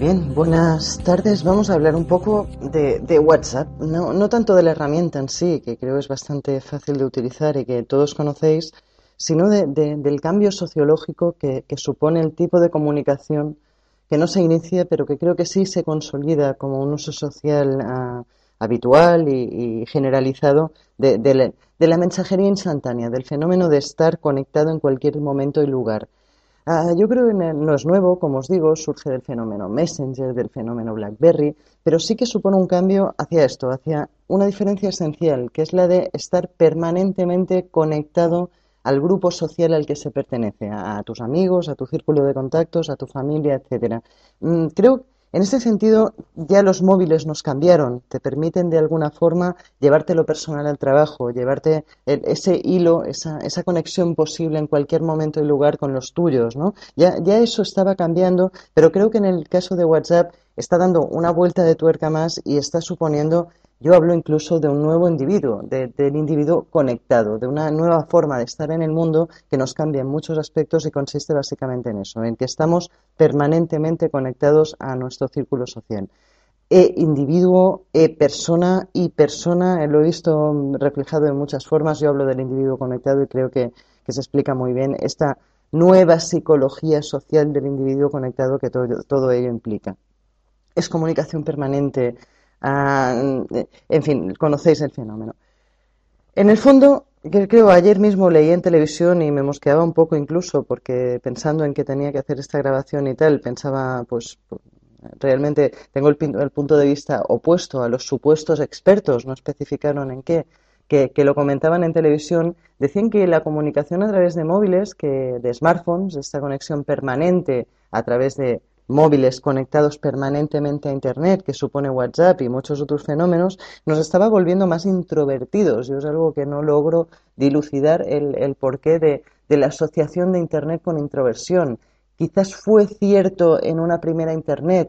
Bien, buenas tardes. Vamos a hablar un poco de WhatsApp, no tanto de la herramienta en sí, que creo es bastante fácil de utilizar y que todos conocéis, sino del cambio sociológico que supone el tipo de comunicación que no se inicia, pero que creo que sí se consolida como un uso social habitual y generalizado de la mensajería instantánea, del fenómeno de estar conectado en cualquier momento y lugar. Yo creo que no es nuevo, como os digo, surge del fenómeno Messenger, del fenómeno BlackBerry, pero sí que supone un cambio hacia esto, hacia una diferencia esencial, que es la de estar permanentemente conectado al grupo social al que se pertenece, a tus amigos, a tu círculo de contactos, a tu familia, etcétera. Creo en ese sentido, ya los móviles nos cambiaron, te permiten de alguna forma llevarte lo personal al trabajo, llevarte ese hilo, esa conexión posible en cualquier momento y lugar con los tuyos, ¿no? Ya eso estaba cambiando, pero creo que en el caso de WhatsApp está dando una vuelta de tuerca más y está suponiendo, yo hablo incluso de un nuevo individuo, del individuo conectado, de una nueva forma de estar en el mundo que nos cambia en muchos aspectos y consiste básicamente en eso, en que estamos permanentemente conectados a nuestro círculo social. Individuo, persona y persona, lo he visto reflejado en muchas formas. Yo hablo del individuo conectado y creo que se explica muy bien esta nueva psicología social del individuo conectado que todo ello implica. Es comunicación permanente, en fin, conocéis el fenómeno. En el fondo, creo, ayer mismo leí en televisión y me mosqueaba un poco incluso porque pensando en que tenía que hacer esta grabación y tal, pensaba, pues, realmente tengo el punto de vista opuesto a los supuestos expertos, no especificaron en qué, que lo comentaban en televisión, decían que la comunicación a través de móviles, de smartphones, esta conexión permanente a través de móviles conectados permanentemente a Internet, que supone WhatsApp y muchos otros fenómenos, nos estaba volviendo más introvertidos. Yo es algo que no logro dilucidar el porqué de la asociación de Internet con introversión. Quizás fue cierto en una primera Internet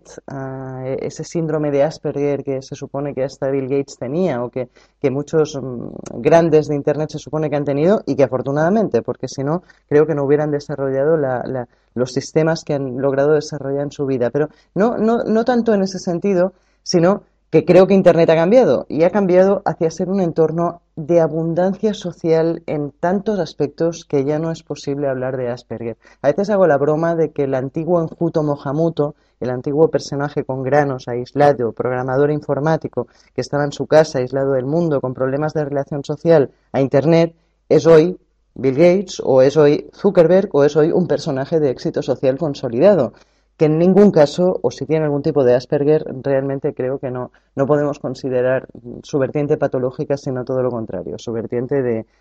ese síndrome de Asperger que se supone que hasta Bill Gates tenía o que muchos grandes de Internet se supone que han tenido y que afortunadamente, porque si no, creo que no hubieran desarrollado los sistemas que han logrado desarrollar en su vida. Pero no tanto en ese sentido, sino que creo que Internet ha cambiado y ha cambiado hacia ser un entorno de abundancia social en tantos aspectos que ya no es posible hablar de Asperger. A veces hago la broma de que el antiguo Enjuto Mohamuto, el antiguo personaje con granos, aislado, programador informático, que estaba en su casa, aislado del mundo, con problemas de relación social, a Internet, es hoy Bill Gates, o es hoy Zuckerberg, o es hoy un personaje de éxito social consolidado, que en ningún caso, o si tiene algún tipo de Asperger, realmente creo que no podemos considerar su vertiente patológica, sino todo lo contrario, su vertiente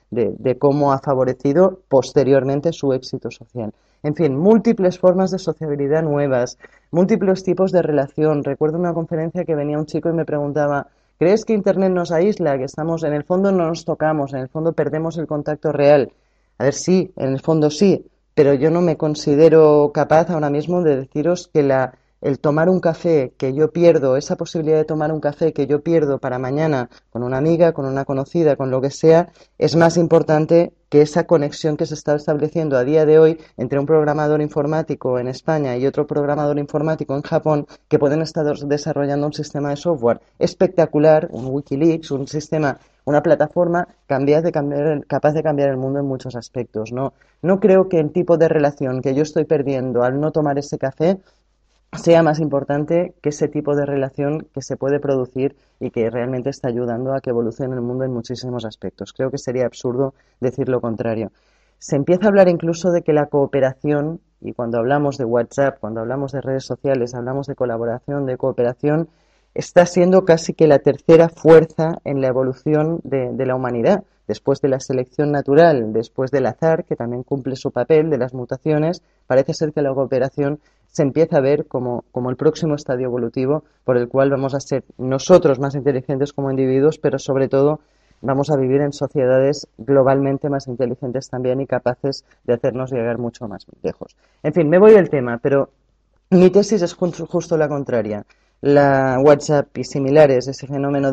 de cómo ha favorecido posteriormente su éxito social. En fin, múltiples formas de sociabilidad nuevas, múltiples tipos de relación. Recuerdo una conferencia que venía un chico y me preguntaba, ¿crees que Internet nos aísla, que estamos, en el fondo no nos tocamos, en el fondo perdemos el contacto real? A ver, sí, en el fondo sí, pero yo no me considero capaz ahora mismo de deciros que el tomar un café que yo pierdo, esa posibilidad de tomar un café que yo pierdo para mañana con una amiga, con una conocida, con lo que sea, es más importante que esa conexión que se está estableciendo a día de hoy entre un programador informático en España y otro programador informático en Japón que pueden estar desarrollando un sistema de software espectacular, un Wikileaks, un sistema, una plataforma capaz de cambiar el mundo en muchos aspectos. No creo que el tipo de relación que yo estoy perdiendo al no tomar ese café sea más importante que ese tipo de relación que se puede producir y que realmente está ayudando a que evolucione el mundo en muchísimos aspectos. Creo que sería absurdo decir lo contrario. Se empieza a hablar incluso de que la cooperación, y cuando hablamos de WhatsApp, cuando hablamos de redes sociales, hablamos de colaboración, de cooperación, está siendo casi que la tercera fuerza en la evolución de la humanidad. Después de la selección natural, después del azar, que también cumple su papel, de las mutaciones, parece ser que la cooperación se empieza a ver como el próximo estadio evolutivo por el cual vamos a ser nosotros más inteligentes como individuos, pero sobre todo vamos a vivir en sociedades globalmente más inteligentes también y capaces de hacernos llegar mucho más lejos. En fin, me voy del tema, pero mi tesis es justo la contraria. La WhatsApp y similares, ese fenómeno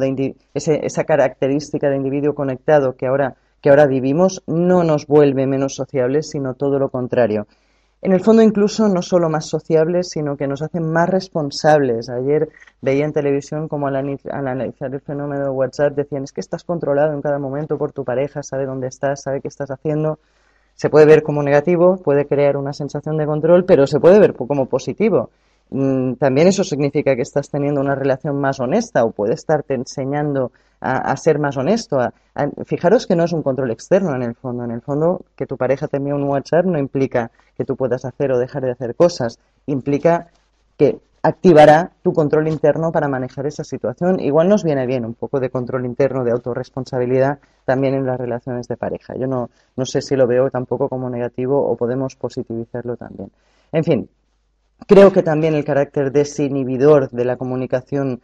esa característica de individuo conectado que ahora vivimos, no nos vuelve menos sociables, sino todo lo contrario. en el fondo incluso no solo más sociables, sino que nos hacen más responsables. Ayer veía en televisión como al analizar el fenómeno de WhatsApp decían, es que estás controlado en cada momento por tu pareja, sabe dónde estás, sabe qué estás haciendo. Se puede ver como negativo, puede crear una sensación de control, pero se puede ver como positivo. También eso significa que estás teniendo una relación más honesta o puede estarte enseñando a ser más honesto. Fijaros que no es un control externo en el fondo. En el fondo, que tu pareja te envíe un WhatsApp no implica que tú puedas hacer o dejar de hacer cosas. Implica que activará tu control interno para manejar esa situación. Igual nos viene bien un poco de control interno, de autorresponsabilidad también en las relaciones de pareja. Yo no sé si lo veo tampoco como negativo o podemos positivizarlo también. En fin, creo que también el carácter desinhibidor de la comunicación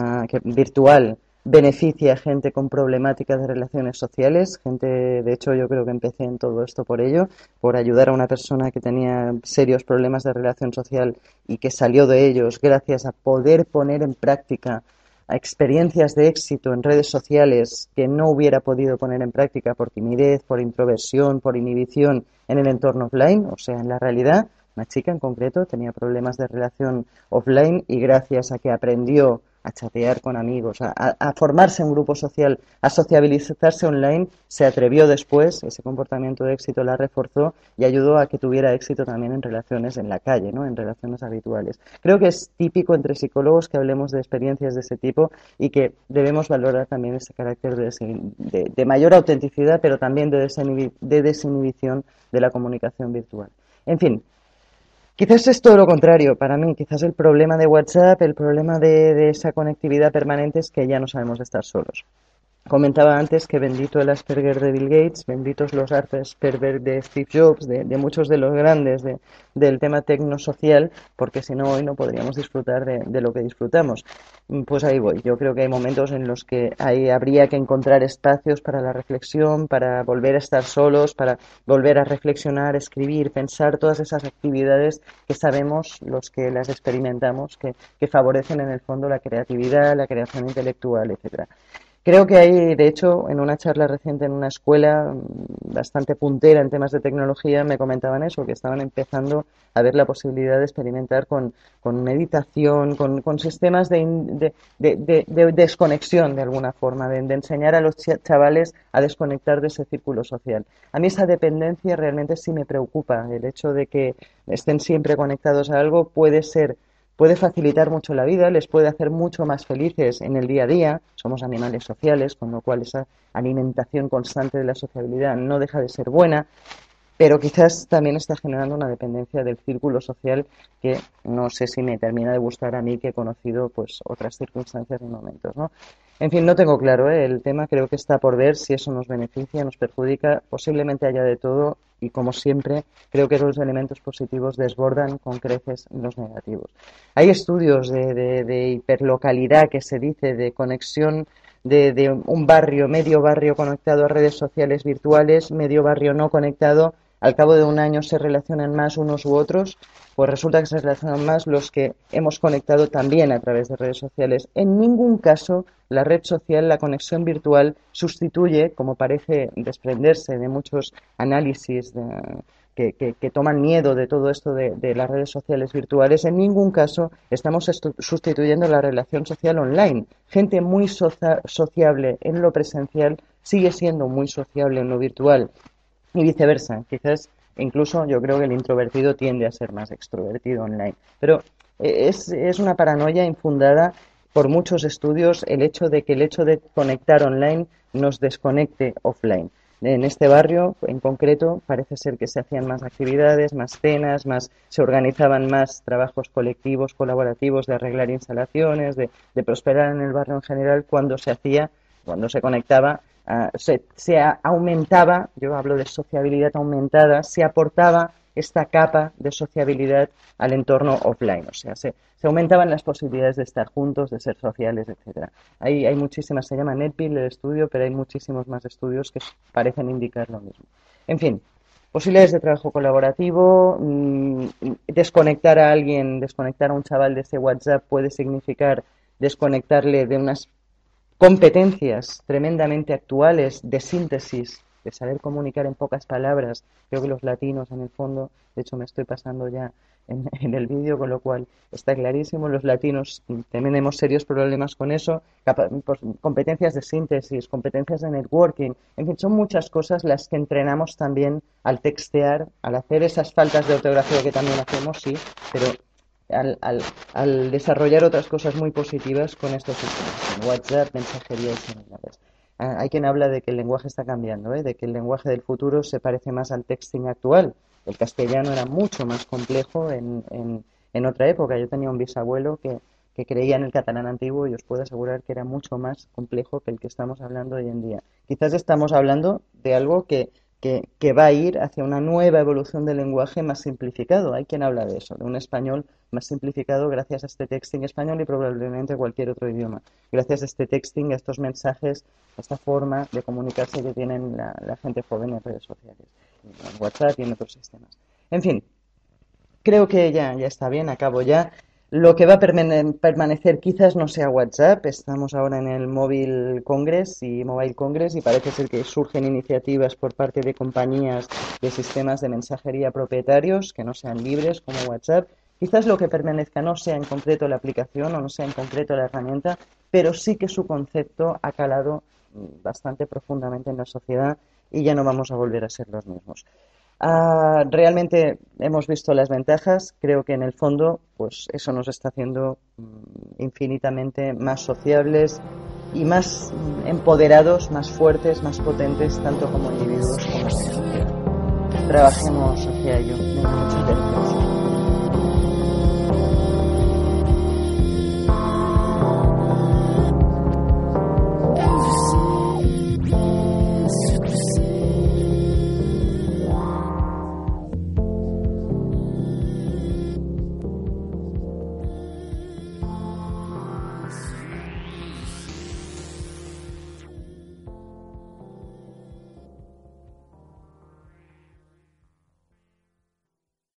virtual beneficia a gente con problemáticas de relaciones sociales. Gente, de hecho, yo creo que empecé en todo esto por ello, por ayudar a una persona que tenía serios problemas de relación social y que salió de ellos gracias a poder poner en práctica a experiencias de éxito en redes sociales que no hubiera podido poner en práctica por timidez, por introversión, por inhibición en el entorno offline, o sea, en la realidad. Una chica en concreto tenía problemas de relación offline y gracias a que aprendió a chatear con amigos, a formarse en grupo social, a sociabilizarse online, se atrevió después, ese comportamiento de éxito la reforzó y ayudó a que tuviera éxito también en relaciones en la calle, ¿no? En relaciones habituales. Creo que es típico entre psicólogos que hablemos de experiencias de ese tipo y que debemos valorar también ese carácter de mayor autenticidad, pero también de desinhibición de la comunicación virtual. En fin, quizás es todo lo contrario para mí. Quizás el problema de WhatsApp, el problema de esa conectividad permanente es que ya no sabemos estar solos. Comentaba antes que bendito el Asperger de Bill Gates, benditos los Asperger de Steve Jobs, de muchos de los grandes del tema tecnosocial, porque si no hoy no podríamos disfrutar de lo que disfrutamos. Pues ahí voy. Yo creo que hay momentos en los que habría que encontrar espacios para la reflexión, para volver a estar solos, para volver a reflexionar, escribir, pensar, todas esas actividades que sabemos los que las experimentamos, que favorecen en el fondo la creatividad, la creación intelectual, etcétera. Creo que hay, de hecho, en una charla reciente en una escuela bastante puntera en temas de tecnología, me comentaban eso, que estaban empezando a ver la posibilidad de experimentar con meditación, con sistemas de desconexión de alguna forma, de enseñar a los chavales a desconectar de ese círculo social. A mí esa dependencia realmente sí me preocupa. El hecho de que estén siempre conectados a algo puede facilitar mucho la vida, les puede hacer mucho más felices en el día a día. Somos animales sociales, con lo cual esa alimentación constante de la sociabilidad no deja de ser buena, pero quizás también está generando una dependencia del círculo social que no sé si me termina de gustar a mí, que he conocido pues otras circunstancias y momentos, ¿no? En fin, no tengo claro, el tema, creo que está por ver si eso nos beneficia, nos perjudica, posiblemente haya de todo y como siempre creo que los elementos positivos desbordan con creces los negativos. Hay estudios de hiperlocalidad que se dice, de conexión de un barrio, medio barrio conectado a redes sociales virtuales, medio barrio no conectado. Al cabo de un año se relacionan más unos u otros, pues resulta que se relacionan más los que hemos conectado también a través de redes sociales. En ningún caso la red social, la conexión virtual, sustituye, como parece desprenderse de muchos análisis que toman miedo de todo esto de las redes sociales virtuales, en ningún caso estamos sustituyendo la relación social online. Gente muy sociable en lo presencial sigue siendo muy sociable en lo virtual y viceversa. Quizás incluso yo creo que el introvertido tiende a ser más extrovertido online. Pero es una paranoia infundada por muchos estudios el hecho de conectar online nos desconecte offline. En este barrio, en concreto, parece ser que se hacían más actividades, más cenas, se organizaban más trabajos colectivos, colaborativos, de arreglar instalaciones, de prosperar en el barrio en general, cuando se conectaba, se aumentaba, yo hablo de sociabilidad aumentada, se aportaba esta capa de sociabilidad al entorno offline, o sea, se aumentaban las posibilidades de estar juntos, de ser sociales, etcétera. Hay muchísimas, se llama NetPil el estudio, pero hay muchísimos más estudios que parecen indicar lo mismo. En fin, posibilidades de trabajo colaborativo, desconectar a alguien, desconectar a un chaval de ese WhatsApp puede significar desconectarle de unas competencias tremendamente actuales de síntesis de saber comunicar en pocas palabras. Creo que los latinos, en el fondo, de hecho me estoy pasando ya en el vídeo, con lo cual está clarísimo, los latinos tenemos serios problemas con eso, pues, competencias de síntesis, competencias de networking, en fin, son muchas cosas las que entrenamos también al textear, al hacer esas faltas de ortografía que también hacemos, sí, pero al desarrollar otras cosas muy positivas con estos sistemas, con WhatsApp, mensajería y similares. Hay quien habla de que el lenguaje está cambiando, de que el lenguaje del futuro se parece más al texting actual. El castellano era mucho más complejo en otra época. Yo tenía un bisabuelo que creía en el catalán antiguo y os puedo asegurar que era mucho más complejo que el que estamos hablando hoy en día. Quizás estamos hablando de algo que va a ir hacia una nueva evolución del lenguaje más simplificado. Hay quien habla de eso, de un español más simplificado gracias a este texting español y probablemente cualquier otro idioma. Gracias a este texting, a estos mensajes, a esta forma de comunicarse que tienen la gente joven en redes sociales, en WhatsApp y en otros sistemas. En fin, creo que ya está bien, acabo ya. Lo que va a permanecer quizás no sea WhatsApp, estamos ahora en el Mobile Congress y parece ser que surgen iniciativas por parte de compañías de sistemas de mensajería propietarios que no sean libres como WhatsApp. Quizás lo que permanezca no sea en concreto la aplicación o no sea en concreto la herramienta, pero sí que su concepto ha calado bastante profundamente en la sociedad y ya no vamos a volver a ser los mismos. Realmente hemos visto las ventajas, creo que en el fondo pues eso nos está haciendo infinitamente más sociables y más empoderados, más fuertes, más potentes, tanto como individuos como como sociedad. Trabajemos hacia ello. Muchas gracias.